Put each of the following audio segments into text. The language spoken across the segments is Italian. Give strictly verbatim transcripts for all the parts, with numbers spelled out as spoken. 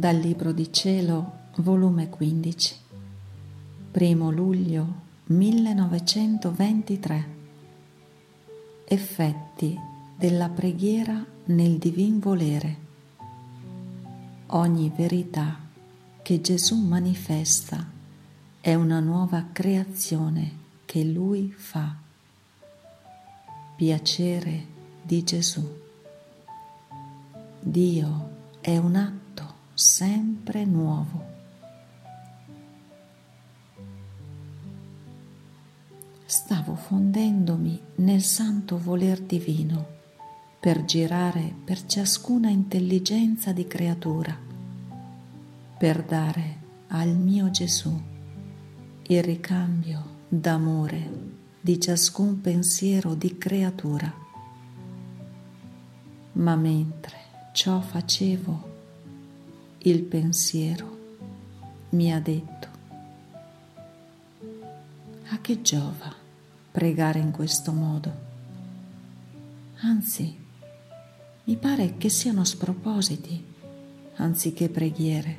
Dal Libro di Cielo, volume quindici, primo luglio millenovecentoventitré. Effetti della preghiera nel divin volere. Ogni verità che Gesù manifesta è una nuova creazione che Lui fa. Piacere di Gesù. Dio è un atto sempre nuovo. Stavo fondendomi nel santo voler divino per girare per ciascuna intelligenza di creatura, per dare al mio Gesù il ricambio d'amore di ciascun pensiero di creatura. Ma mentre ciò facevo, il pensiero mi ha detto: a che giova pregare in questo modo? Anzi, mi pare che siano spropositi anziché preghiere.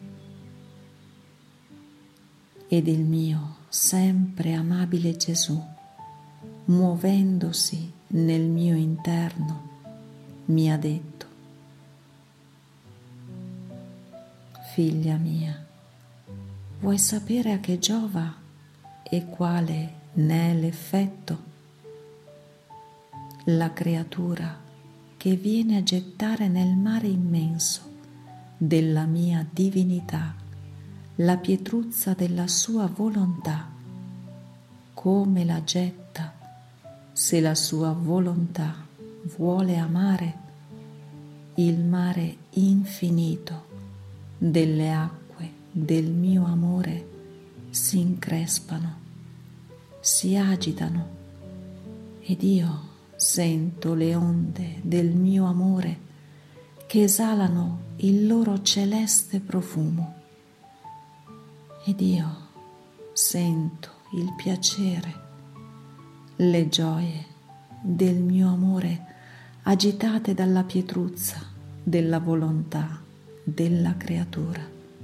Ed il mio sempre amabile Gesù, muovendosi nel mio interno, mi ha detto: figlia mia, vuoi sapere a che giova e quale ne è l'effetto? La creatura che viene a gettare nel mare immenso della mia divinità la pietruzza della sua volontà, come la getta se la sua volontà vuole amare il mare infinito delle acque del mio amore si increspano, si agitano, ed io sento le onde del mio amore che esalano il loro celeste profumo, ed io sento il piacere, le gioie del mio amore agitate dalla pietruzza della volontà della creatura.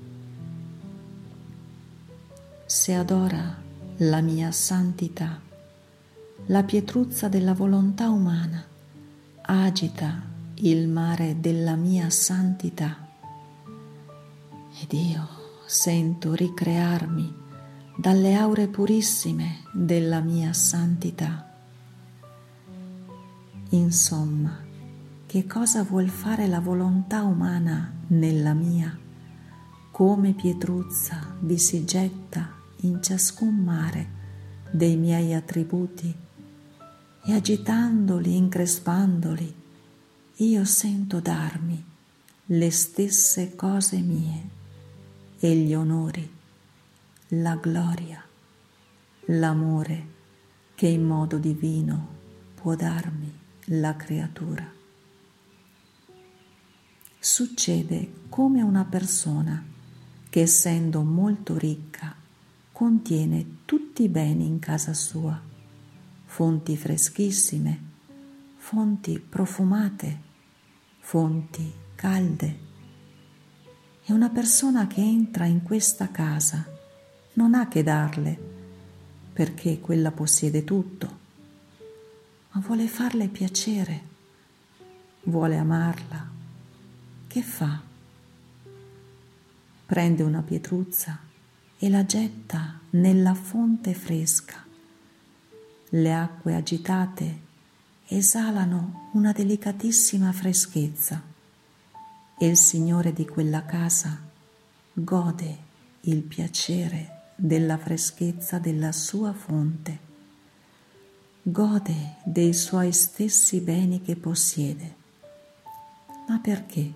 Se adora la mia santità, la pietruzza della volontà umana agita il mare della mia santità, ed io sento ricrearmi dalle aure purissime della mia santità. Insomma, che cosa vuol fare la volontà umana nella mia? Come pietruzza vi si getta in ciascun mare dei miei attributi, e agitandoli, increspandoli, io sento darmi le stesse cose mie e gli onori, la gloria, l'amore che in modo divino può darmi la creatura. Succede come una persona che, essendo molto ricca, contiene tutti i beni in casa sua, fonti freschissime, fonti profumate, fonti calde. E una persona che entra in questa casa non ha che darle, perché quella possiede tutto, ma vuole farle piacere, vuole amarla. Che fa? Prende una pietruzza e la getta nella fonte fresca. Le acque agitate esalano una delicatissima freschezza e il Signore di quella casa gode il piacere della freschezza della sua fonte, gode dei suoi stessi beni che possiede. Ma perché?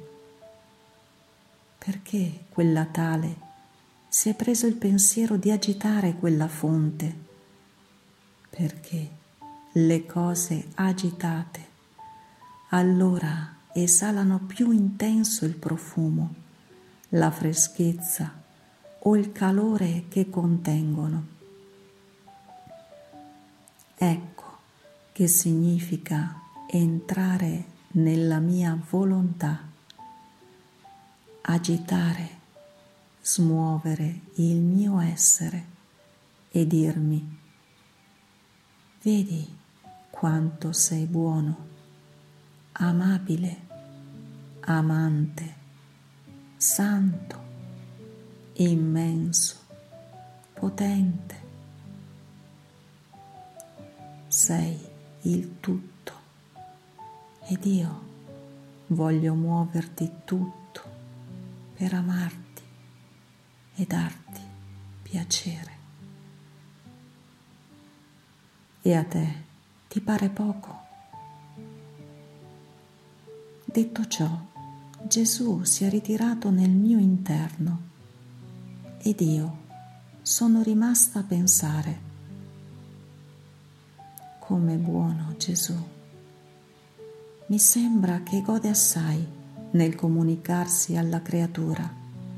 Perché quella tale si è preso il pensiero di agitare quella fonte? Perché le cose agitate allora esalano più intenso il profumo, la freschezza o il calore che contengono. Ecco che significa entrare nella mia volontà, agitare, smuovere il mio essere e dirmi: vedi quanto sei buono, amabile, amante, santo, immenso, potente. Sei il tutto ed io voglio muoverti tutto per amarti e darti piacere. E a te ti pare poco? Detto ciò, Gesù si è ritirato nel mio interno ed io sono rimasta a pensare: com'è buono Gesù. Mi sembra che gode assai nel comunicarsi alla creatura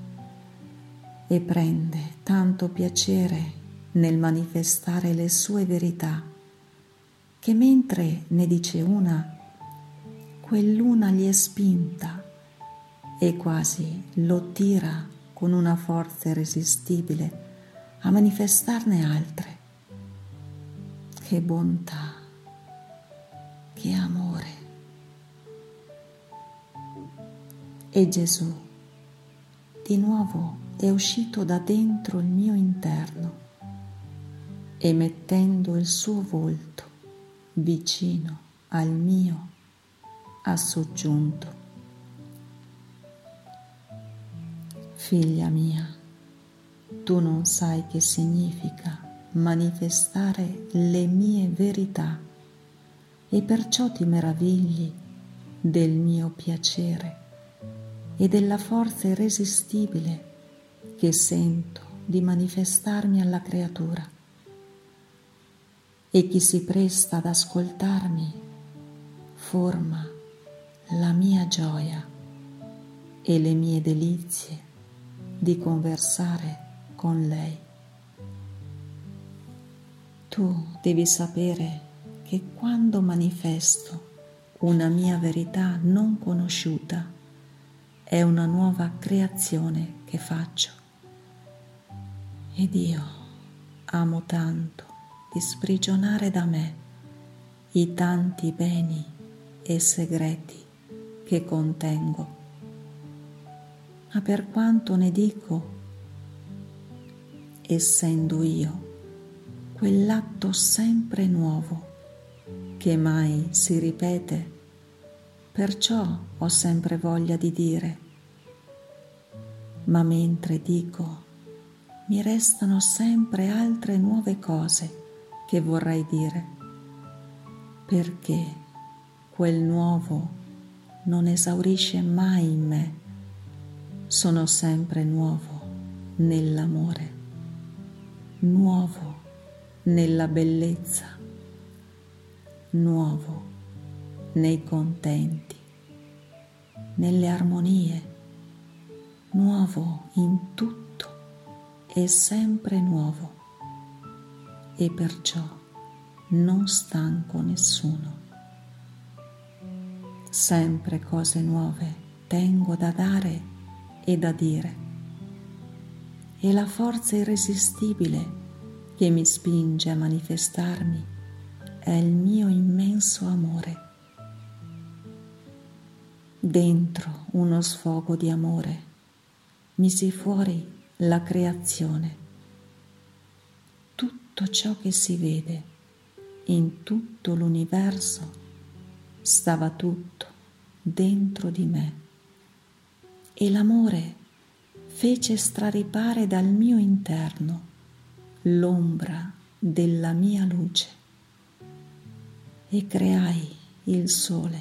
e prende tanto piacere nel manifestare le sue verità che mentre ne dice una, quell'una gli è spinta e quasi lo tira con una forza irresistibile a manifestarne altre. Che bontà, che amore. E Gesù di nuovo è uscito da dentro il mio interno e mettendo il suo volto vicino al mio ha soggiunto: figlia mia, tu non sai che significa manifestare le mie verità e perciò ti meravigli del mio piacere e della forza irresistibile che sento di manifestarmi alla creatura. E chi si presta ad ascoltarmi forma la mia gioia e le mie delizie di conversare con lei. Tu devi sapere che quando manifesto una mia verità non conosciuta è una nuova creazione che faccio. Ed io amo tanto di sprigionare da me i tanti beni e segreti che contengo. Ma per quanto ne dico, essendo io quell'atto sempre nuovo che mai si ripete, perciò ho sempre voglia di dire, ma mentre dico mi restano sempre altre nuove cose che vorrei dire, perché quel nuovo non esaurisce mai in me, sono sempre nuovo nell'amore, nuovo nella bellezza, nuovo nei contenti, nelle armonie, nuovo in tutto e sempre nuovo, e perciò non stanco nessuno. Sempre cose nuove tengo da dare e da dire, e la forza irresistibile che mi spinge a manifestarmi è il mio immenso amore. Dentro uno sfogo di amore misi fuori la creazione. Tutto ciò che si vede in tutto l'universo stava tutto dentro di me e l'amore fece straripare dal mio interno l'ombra della mia luce e creai il sole,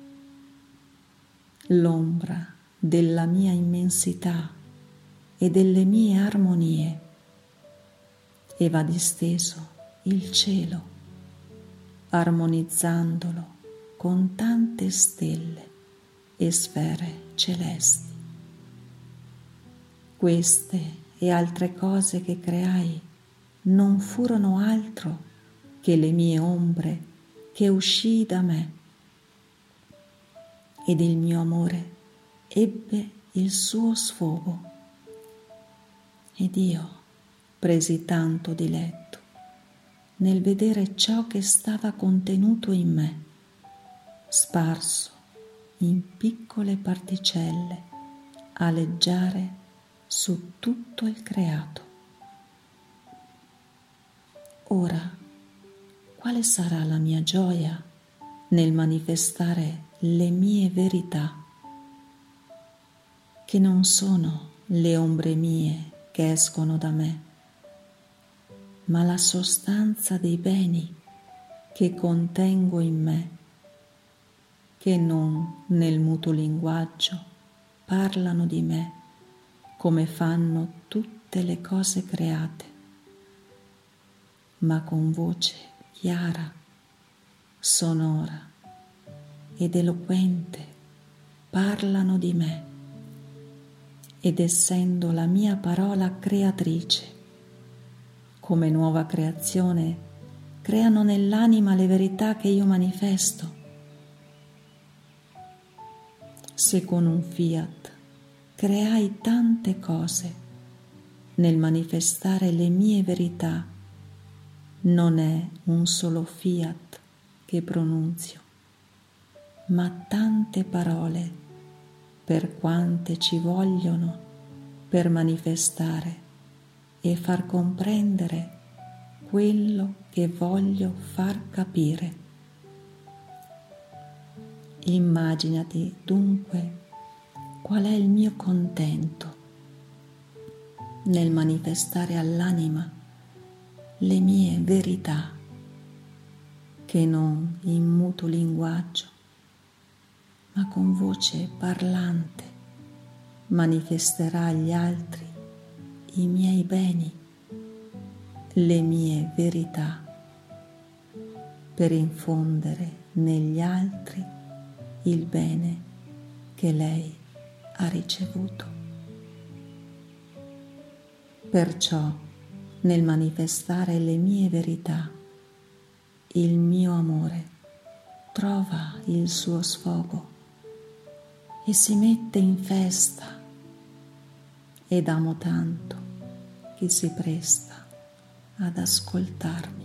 l'ombra della mia immensità e delle mie armonie, e va disteso il cielo, armonizzandolo con tante stelle e sfere celesti. Queste e altre cose che creai non furono altro che le mie ombre che uscii da me, ed il mio amore ebbe il suo sfogo ed io presi tanto diletto nel vedere ciò che stava contenuto in me, sparso in piccole particelle, aleggiare su tutto il creato. Ora, quale sarà la mia gioia nel manifestare le mie verità, che non sono le ombre mie che escono da me, ma la sostanza dei beni che contengo in me, che non nel muto linguaggio parlano di me come fanno tutte le cose create, ma con voce chiara, sonora ed eloquente parlano di me, ed essendo la mia parola creatrice, come nuova creazione, creano nell'anima le verità che io manifesto. Se con un fiat creai tante cose, nel manifestare le mie verità non è un solo fiat che pronunzio, ma tante parole per quante ci vogliono per manifestare e far comprendere quello che voglio far capire. Immaginati dunque qual è il mio contento nel manifestare all'anima le mie verità, che non in muto linguaggio, ma con voce parlante manifesterà agli altri i miei beni, le mie verità, per infondere negli altri il bene che lei ha ricevuto. Perciò, nel manifestare le mie verità, il mio amore trova il suo sfogo e si mette in festa, ed amo tanto che si presta ad ascoltarmi.